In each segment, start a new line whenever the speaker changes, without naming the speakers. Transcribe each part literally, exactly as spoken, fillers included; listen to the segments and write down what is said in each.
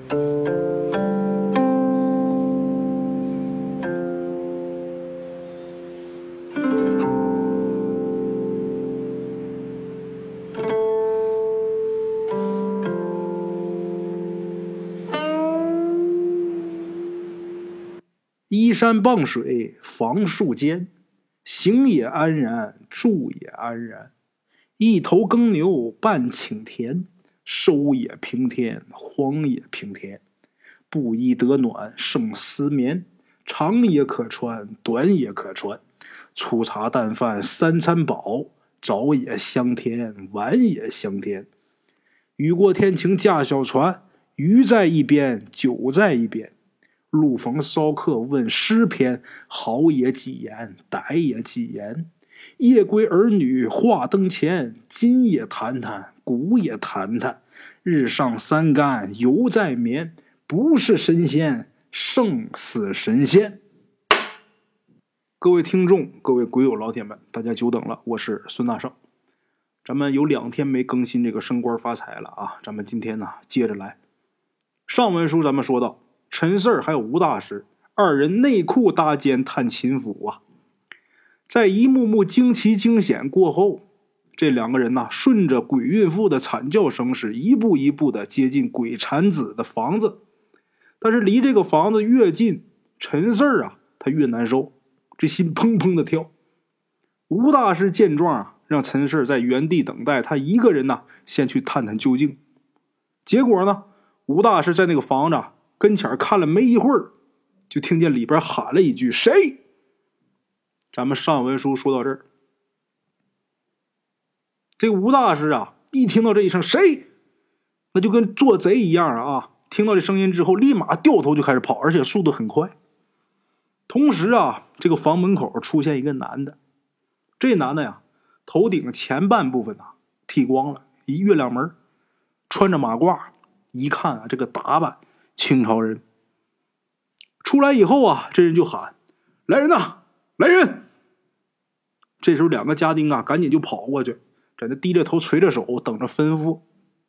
依山傍水，房树间，行也安然，住也安然。一头耕牛半顷田，收也平天，荒也平天。不衣得暖，胜丝绵。长也可穿，短也可穿。粗茶淡饭三餐饱，早也香甜，晚也香甜。雨过天晴驾小船，鱼在一边，酒在一边。路逢骚客问诗篇，好也几言，歹也几言。夜归儿女话灯前，今夜谈谈，古也谈谈。日上三竿犹在眠，不是神仙胜似神仙。各位听众，各位鬼友老铁们，大家久等了，我是孙大圣。咱们有两天没更新这个升官发财了啊，咱们今天呢接着来。上文书咱们说到陈四儿还有吴大师二人内裤搭肩探秦府啊，在一幕幕惊奇惊险过后，这两个人呐、啊，顺着鬼孕妇的惨叫声是一步一步的接近鬼产子的房子。但是离这个房子越近，陈四儿啊他越难受，这心砰砰的跳。吴大师见状啊，让陈四儿在原地等待，他一个人呐、啊、先去探探究竟。结果呢，吴大师在那个房子、啊跟前看了没一会儿，就听见里边喊了一句谁。咱们上文书说到这儿，这吴大师啊一听到这一声谁，那就跟做贼一样啊，听到这声音之后立马掉头就开始跑，而且速度很快。同时啊，这个房门口出现一个男的，这男的呀头顶前半部分啊剃光了，一月亮门，穿着马褂，一看啊这个打扮清朝人。出来以后啊，这人就喊来人呐，来人。这时候两个家丁啊赶紧就跑过去，在那低着头垂着手等着吩咐。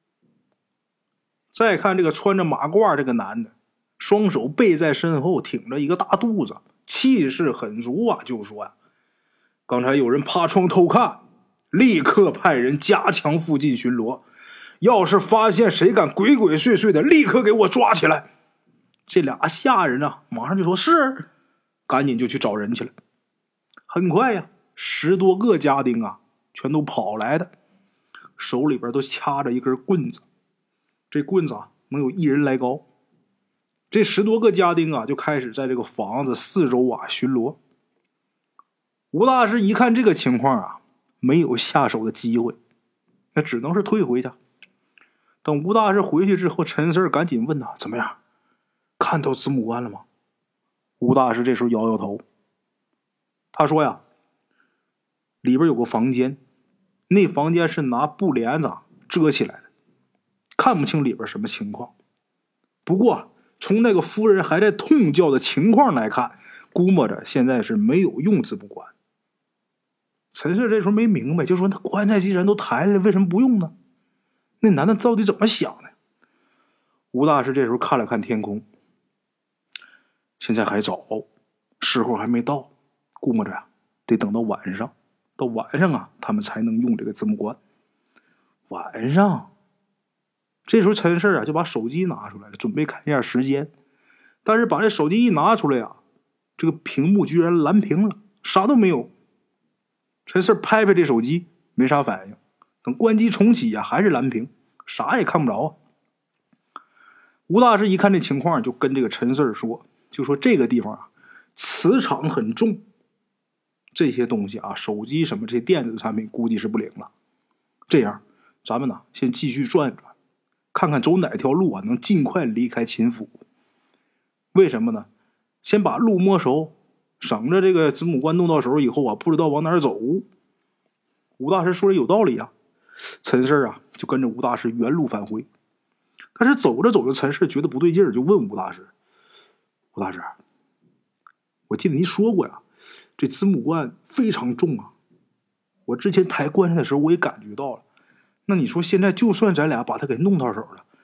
再看这个穿着马褂这个男的，双手背在身后，挺着一个大肚子，气势很足啊，就说呀、啊、刚才有人趴窗偷看，立刻派人加强附近巡逻，要是发现谁敢鬼鬼祟祟的，立刻给我抓起来。这俩下人啊马上就说是，赶紧就去找人去了。很快呀，十多个家丁啊全都跑来的，手里边都掐着一根棍子，这棍子啊能有一人来高。这十多个家丁啊就开始在这个房子四周啊巡逻。吴大师一看这个情况啊，没有下手的机会，那只能是退回去。等吴大师回去之后，陈四儿赶紧问他怎么样，看到子母关了吗？吴大师这时候摇摇头，他说呀，里边有个房间，那房间是拿布帘子遮起来的，看不清里边什么情况。不过从那个夫人还在痛叫的情况来看，估摸着现在是没有用子母关。陈氏这时候没明白，就说那棺材既然都抬了，为什么不用呢？那男的到底怎么想的？吴大师这时候看了看天空，现在还早，时候还没到，估摸着呀、啊、得等到晚上，到晚上啊他们才能用这个子母关。晚上，这时候陈氏啊就把手机拿出来了，准备看一下时间。但是把这手机一拿出来啊，这个屏幕居然蓝屏了，啥都没有。陈氏拍拍这手机，没啥反应。等关机重启啊，还是蓝屏，啥也看不着啊。吴大师一看这情况，就跟这个陈氏说，就说这个地方啊，磁场很重，这些东西啊，手机什么这些电子产品估计是不灵了。这样，咱们呢先继续转转，看看走哪条路啊能尽快离开秦府。为什么呢？先把路摸熟，省着这个子母关弄到手以后啊，不知道往哪儿走。吴大师说的有道理啊，陈氏啊就跟着吴大师原路返回。但是走着走着，陈氏觉得不对劲儿，就问吴大师：“吴大师，我记得您说过呀，这子母关非常重啊。我之前抬棺材的时候我也感觉到了。那你说现在就算咱俩把它给弄到手了，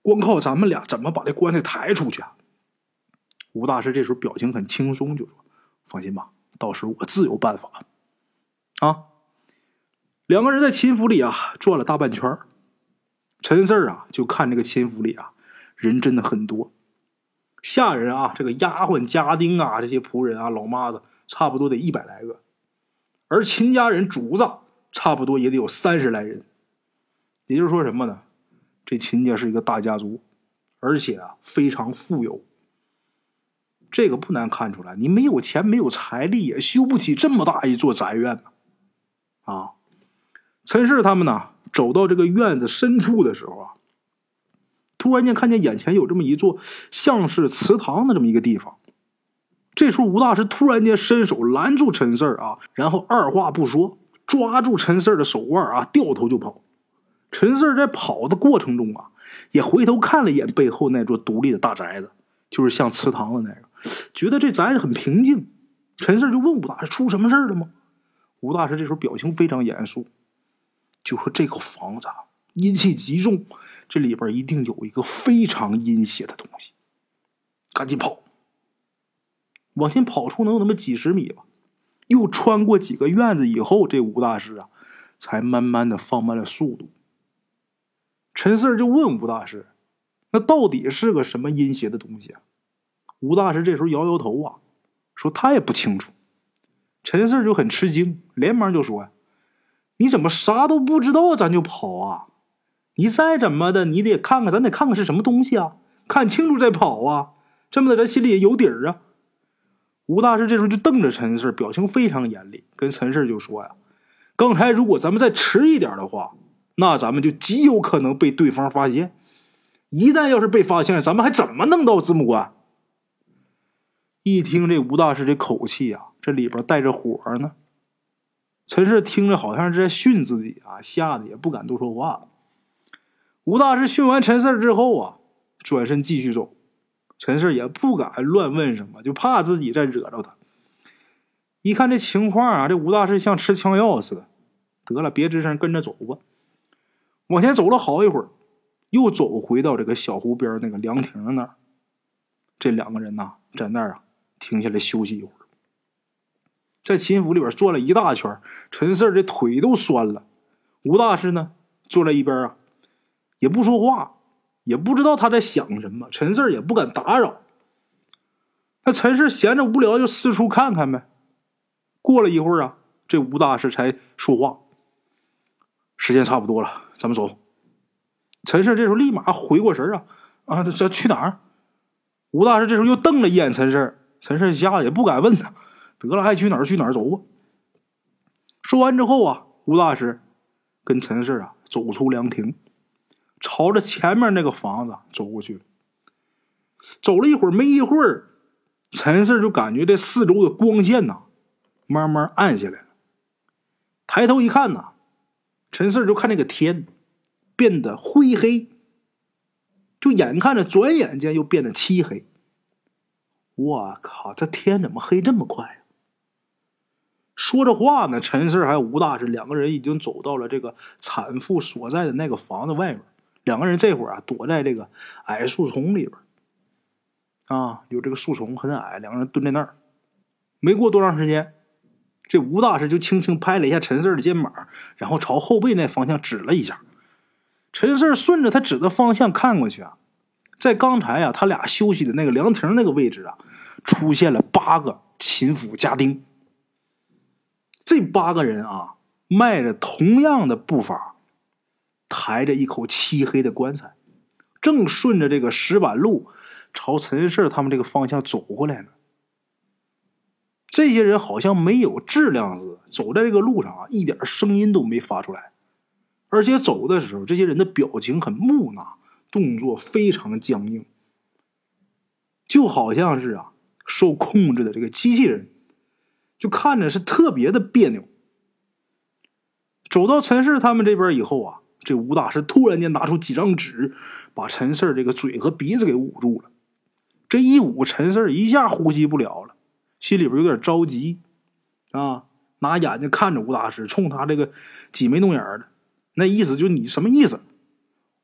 光靠咱们俩怎么把这棺材抬出去啊？吴大师这时候表情很轻松，就说：“放心吧，到时候我自有办法。”啊，两个人在秦府里啊转了大半圈，陈四儿啊就看这个秦府里啊人真的很多，下人啊这个丫鬟家丁啊这些仆人啊老妈子差不多得一百来个，而秦家人主子差不多也得有三十来人。也就是说什么呢？这秦家是一个大家族，而且啊非常富有。这个不难看出来，你没有钱没有财力也修不起这么大一座宅院呢。啊，陈氏他们呢走到这个院子深处的时候啊，突然间看见眼前有这么一座像是祠堂的这么一个地方。这时候吴大师突然间伸手拦住陈四啊，然后二话不说抓住陈四的手腕啊，掉头就跑。陈四在跑的过程中啊，也回头看了一眼背后那座独立的大宅子，就是像祠堂的那个，觉得这宅子很平静。陈四就问吴大师出什么事了吗？吴大师这时候表情非常严肃，就说这个房子啊阴气极重，这里边一定有一个非常阴邪的东西，赶紧跑。往前跑出能有那么几十米吧，又穿过几个院子以后，这吴大师啊才慢慢的放慢了速度。陈四就问吴大师，那到底是个什么阴邪的东西啊？吴大师这时候摇摇头啊，说他也不清楚。陈四就很吃惊，连忙就说呀，你怎么啥都不知道咱就跑啊？你再怎么的你得看看，咱得看看是什么东西啊，看清楚再跑啊，这么的咱心里也有底儿啊。吴大师这时候就瞪着陈四，表情非常严厉，跟陈四就说呀，刚才如果咱们再迟一点的话，那咱们就极有可能被对方发现，一旦要是被发现了，咱们还怎么弄到字幕关？一听这吴大师这口气啊，这里边带着火呢。陈氏听着好像是在训自己啊，吓得也不敢多说话。吴大师训完陈氏之后啊，转身继续走。陈氏也不敢乱问什么，就怕自己再惹着他。一看这情况啊，这吴大师像吃枪药似的，得了，别吱声，跟着走吧。往前走了好一会儿，又走回到这个小湖边那个凉亭那儿。这两个人呐、啊，在那儿啊停下来休息一会儿。在秦府里边转了一大圈，陈四这腿都酸了。吴大师呢坐在一边啊，也不说话，也不知道他在想什么。陈四也不敢打扰。那陈四闲着无聊就四处看看呗。过了一会儿啊，这吴大师才说话：“时间差不多了，咱们走。”陈四这时候立马回过神啊，啊，这去哪儿？吴大师这时候又瞪了一眼陈四，陈四吓得也不敢问他，得了，爱去哪儿去哪儿，走吧。说完之后啊，吴大师跟陈四啊走出凉亭，朝着前面那个房子走过去了。走了一会儿，没一会儿，陈四就感觉这四周的光线呐、啊、慢慢暗下来了。抬头一看呐、啊，陈四就看那个天变得灰黑，就眼看着转眼间又变得漆黑。我靠，这天怎么黑这么快啊？说着话呢，陈四还有吴大师两个人已经走到了这个产妇所在的那个房子外面。两个人这会儿啊躲在这个矮树丛里边啊，有这个树丛很矮，两个人蹲在那儿。没过多长时间，这吴大师就轻轻拍了一下陈四的肩膀，然后朝后背那方向指了一下。陈四顺着他指的方向看过去啊，在刚才啊他俩休息的那个凉亭那个位置啊，出现了八个秦府家丁。这八个人啊，迈着同样的步伐，抬着一口漆黑的棺材，正顺着这个石板路朝陈氏他们这个方向走过来呢。这些人好像没有质量似的，走在这个路上啊，一点声音都没发出来。而且走的时候，这些人的表情很木讷，动作非常僵硬，就好像是啊受控制的这个机器人，就看着是特别的别扭。走到陈氏他们这边以后啊，这吴大师突然间拿出几张纸，把陈氏这个嘴和鼻子给捂住了。这一捂，陈氏一下呼吸不了了，心里边有点着急啊，拿眼睛看着吴大师，冲他这个挤眉弄眼的，那意思就你什么意思？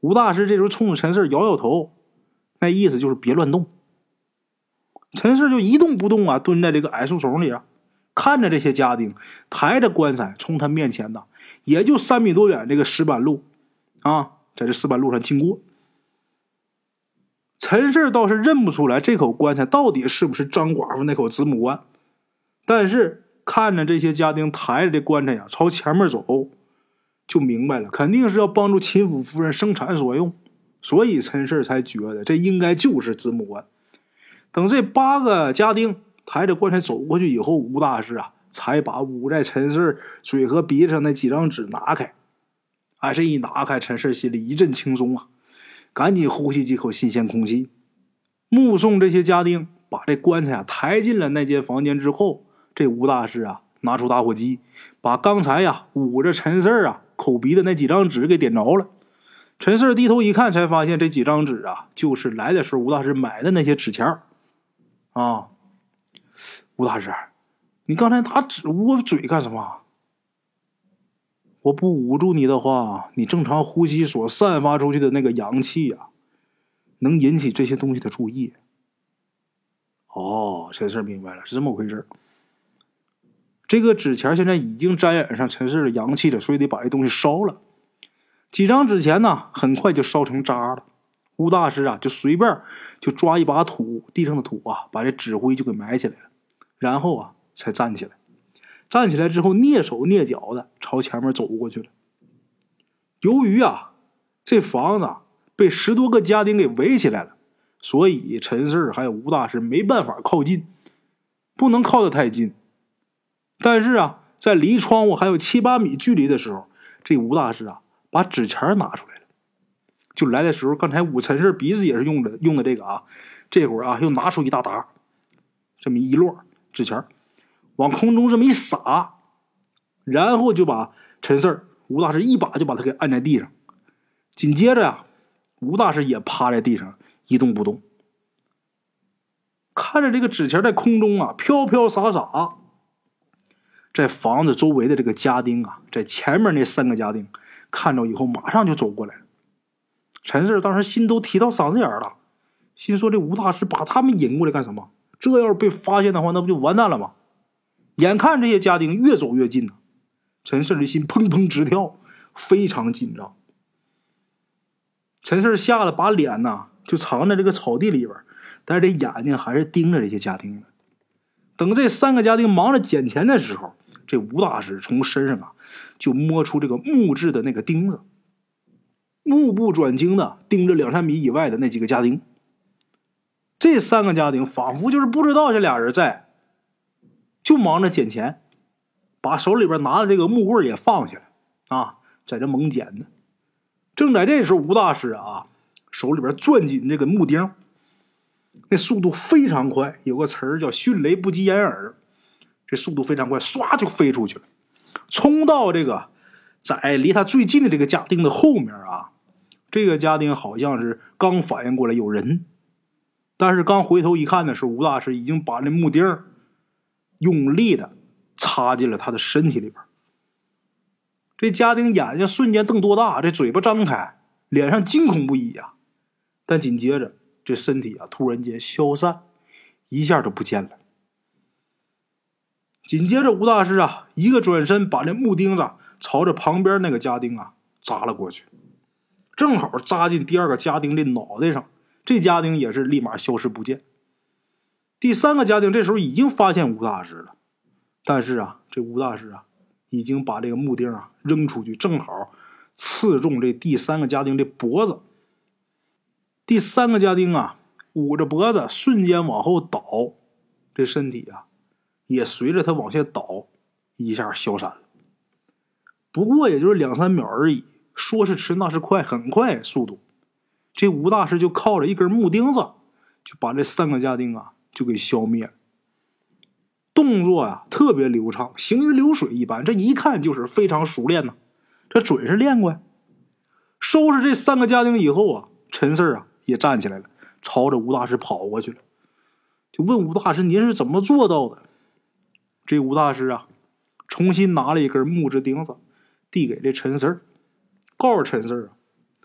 吴大师这时候冲着陈四摇摇头，那意思就是别乱动。陈四就一动不动啊，蹲在这个矮树丛里啊，看着这些家丁抬着棺材从他面前呢，也就三米多远这个石板路啊，在这石板路上经过。陈四倒是认不出来这口棺材到底是不是张寡妇那口子母棺，但是看着这些家丁抬着这棺材呀朝前面走，就明白了，肯定是要帮助秦府夫人生产所用，所以陈四才觉得这应该就是子母棺。等这八个家丁抬着棺材走过去以后，吴大师啊才把捂在陈四嘴和鼻子上那几张纸拿开。哎，这一拿开，陈四心里一阵轻松啊，赶紧呼吸几口新鲜空气。目送这些家丁把这棺材啊抬进了那间房间之后，这吴大师啊拿出打火机，把刚才呀捂着陈四啊口鼻的那几张纸给点着了。陈四低头一看，才发现这几张纸啊就是来的时候吴大师买的那些纸钱啊。吴大师，你刚才拿纸捂我嘴干什么？我不捂住你的话，你正常呼吸所散发出去的那个阳气啊，能引起这些东西的注意。哦，陈四明白了，是这么回事。这个纸钱现在已经沾染上陈四的阳气了，所以得把这东西烧了。几张纸钱呢，很快就烧成渣了。吴大师啊，就随便就抓一把土，地上的土啊，把这纸灰就给埋起来了，然后啊，才站起来。站起来之后，蹑手蹑脚的朝前面走过去了。由于啊，这房子被十多个家丁给围起来了，所以陈四还有吴大师没办法靠近，不能靠得太近。但是啊，在离窗户还有七八米距离的时候，这吴大师啊，把纸钱拿出来了。就来的时候，刚才捂陈四鼻子也是用的用的这个啊，这会儿啊又拿出一大沓，这么一摞纸钱，往空中这么一撒，然后就把陈四吴大师一把就把他给按在地上。紧接着呀，吴大师也趴在地上一动不动，看着这个纸钱在空中啊飘飘洒洒。在房子周围的这个家丁啊，在前面那三个家丁看到以后马上就走过来了。陈四当时心都提到嗓子眼了，心说这吴大师把他们引过来干什么？这要是被发现的话，那不就完蛋了吗？眼看这些家丁越走越近呢，陈四的心砰砰直跳，非常紧张。陈四吓得把脸呐就藏在这个草地里边，但是这眼睛还是盯着这些家丁的。等这三个家丁忙着捡钱的时候，这吴大师从身上啊就摸出这个木质的那个钉子，目不转睛的盯着两三米以外的那几个家丁。这三个家丁仿佛就是不知道这俩人在，就忙着捡钱，把手里边拿的这个木棍也放下来啊，在这猛捡呢。正在这时候，吴大师啊手里边攥紧这个木钉，那速度非常快，有个词儿叫迅雷不及掩耳，这速度非常快，唰就飞出去了，冲到这个在离他最近的这个家丁的后面啊。这个家丁好像是刚反应过来有人，但是刚回头一看的时候，吴大师已经把那木钉用力的插进了他的身体里边。这家丁眼睛瞬间瞪多大，这嘴巴张开，脸上惊恐不已啊！但紧接着这身体啊突然间消散，一下就不见了。紧接着吴大师啊一个转身，把这木钉子朝着旁边那个家丁啊扎了过去，正好扎进第二个家丁的脑袋上，这家丁也是立马消失不见。第三个家丁这时候已经发现吴大师了，但是啊这吴大师啊已经把这个木钉啊扔出去，正好刺中这第三个家丁的脖子。第三个家丁啊捂着脖子瞬间往后倒，这身体啊也随着他往下倒一下消散了。不过也就是两三秒而已，说是迟那是快，很快速度。这吴大师就靠着一根木钉子就把这三个家丁啊就给消灭了。动作啊特别流畅，行云流水一般，这一看就是非常熟练呢、啊，这准是练过呀。收拾这三个家丁以后啊，陈四啊也站起来了，朝着吴大师跑过去了，就问吴大师您是怎么做到的？这吴大师啊重新拿了一根木质钉子递给这陈四，告诉陈四啊，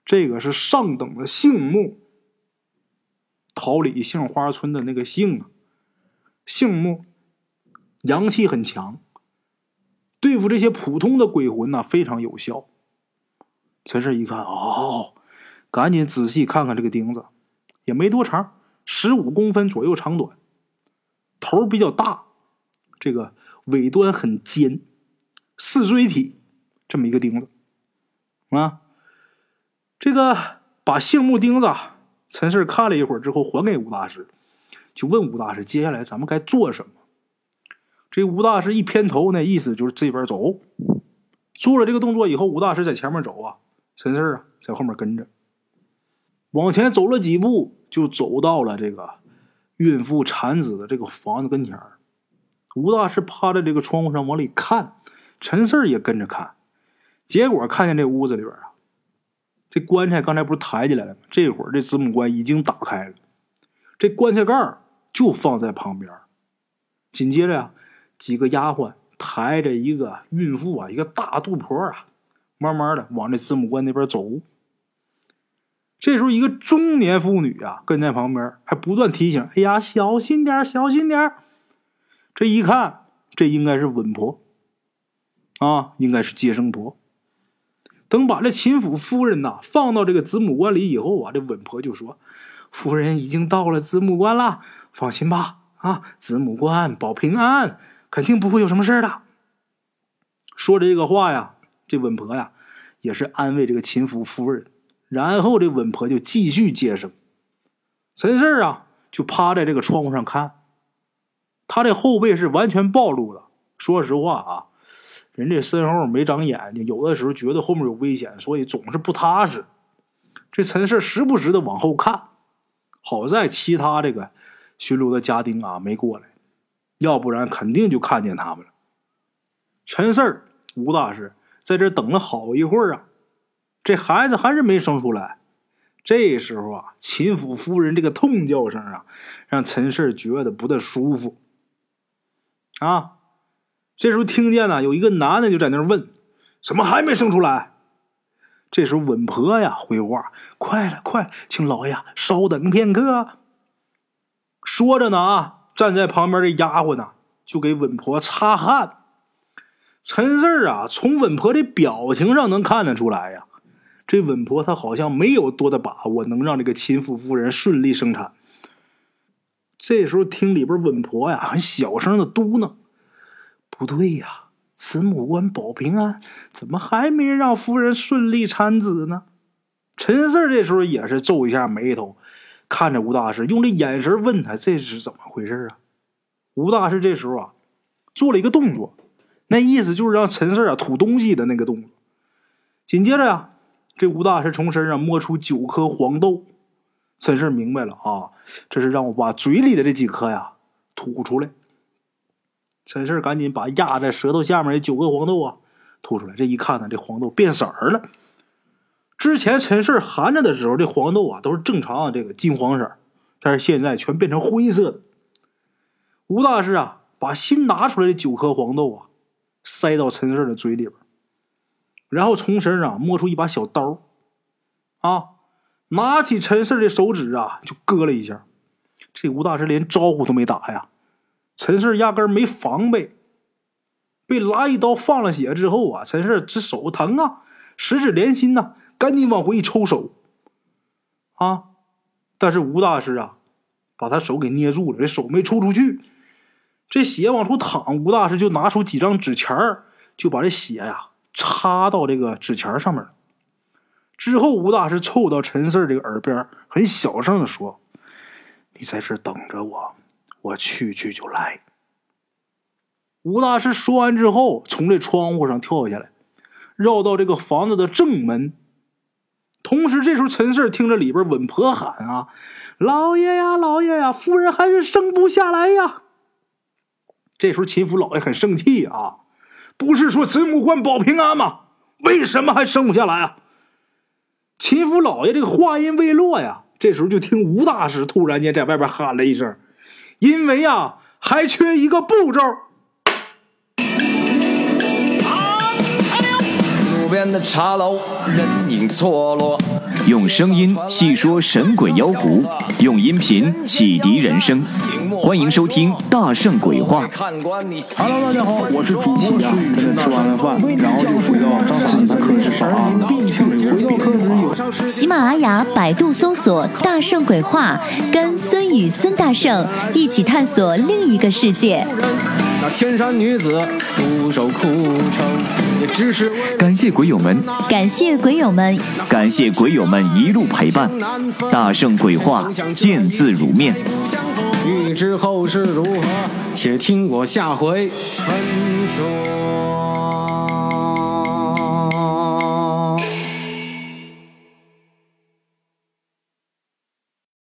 这个是上等的杏木，桃李杏花村的那个杏啊，杏木阳气很强，对付这些普通的鬼魂呢、啊、非常有效。陈氏一看，哦，赶紧仔细看看这个钉子，也没多长，十五公分左右长短，头比较大，这个尾端很尖，四锥体，这么一个钉子啊。这个把杏木钉子陈氏看了一会儿之后还给吴大师，就问吴大师接下来咱们该做什么。这吴大师一偏头，那意思就是这边走。做了这个动作以后，吴大师在前面走啊，陈氏啊在后面跟着，往前走了几步，就走到了这个孕妇产子的这个房子跟前儿。吴大师趴在这个窗户上往里看，陈氏也跟着看，结果看见这屋子里边啊，这棺材刚才不是抬起来了吗？这会儿这子母棺已经打开了，这棺材盖就放在旁边。紧接着呀、啊，几个丫鬟抬着一个孕妇啊，一个大肚婆啊，慢慢的往这子母棺那边走。这时候一个中年妇女啊跟在旁边，还不断提醒：“哎呀，小心点，小心点。”这一看，这应该是稳婆啊，应该是接生婆。等把这秦府夫人呐、啊、放到这个子母棺里以后啊，这稳婆就说：“夫人已经到了子母棺了，放心吧，啊，子母棺保平安，肯定不会有什么事的。”说这个话呀，这稳婆呀也是安慰这个秦府夫人。然后这稳婆就继续接生。陈氏啊就趴在这个窗户上看，他这后背是完全暴露的。说实话啊，人这身后没长眼睛，有的时候觉得后面有危险，所以总是不踏实。这陈氏时不时的往后看，好在其他这个巡逻的家丁啊没过来，要不然肯定就看见他们了。陈氏、吴大师在这等了好一会儿啊，这孩子还是没生出来。这时候啊，秦府夫人这个痛叫声啊，让陈氏觉得不太舒服啊。这时候听见呢、啊，有一个男的就在那儿问：“怎么还没生出来？”这时候稳婆呀回话：“快了，快了，请老爷稍等片刻。”说着呢啊，站在旁边的丫鬟呢就给稳婆擦汗。陈氏啊，从稳婆的表情上能看得出来呀，这稳婆她好像没有多大把握能让这个秦府夫人顺利生产。这时候听里边稳婆呀很小声的嘟囔：“不对呀，子母棺保平安，怎么还没让夫人顺利产子呢？”陈氏这时候也是皱一下眉头，看着吴大师，用这眼神问他这是怎么回事啊。吴大师这时候啊做了一个动作，那意思就是让陈氏啊吐东西的那个动作。紧接着呀、啊，这吴大师从身上摸出九颗黄豆。陈氏明白了啊，这是让我把嘴里的这几颗呀吐出来。陈氏赶紧把压在舌头下面的九颗黄豆啊吐出来。这一看呢，这黄豆变色儿了。之前陈氏含着的时候，这黄豆啊都是正常的这个金黄色，但是现在全变成灰色的。吴大师啊把新拿出来的九颗黄豆啊塞到陈氏的嘴里边，然后从身上摸出一把小刀啊，拿起陈氏的手指啊就割了一下。这吴大师连招呼都没打呀，陈氏压根没防备，被拉一刀放了血之后啊，陈氏这手疼啊，十指连心呐、啊，赶紧往回一抽手啊，但是吴大师啊把他手给捏住了，这手没抽出去，这血往出淌，吴大师就拿出几张纸钱儿，就把这血呀插到这个纸钱上面。之后吴大师凑到陈氏这个耳边，很小声的说：“你在这等着我，我去去就来。”吴大师说完之后，从这窗户上跳下来，绕到这个房子的正门。同时这时候陈氏听着里边稳婆喊啊：“老爷呀，老爷呀，夫人还是生不下来呀！”这时候秦府老爷很生气啊，不是说子母棺保平安吗？为什么还生不下来啊？秦府老爷这个话音未落呀，这时候就听吴大师突然间在外边喊了一声：“因为啊还缺一个步骤。”
边的茶楼人影错落，
用声音细说神鬼妖狐，用音频启迪人生。欢迎收听《大圣鬼话》。
Hello， 大家好，我是主播孙宇，吃完了饭，然后就回到自己的课室上啊。回到课室有
喜马拉雅、百度搜索“大圣鬼话”，跟孙宇、孙大圣一起探索另一个世界。
那天山女子独守枯城，也只是
感谢鬼友们，
感谢鬼友们，
感谢鬼友们一路陪伴。大圣鬼话，见字如面。
欲知后事如何，且听我下回分说。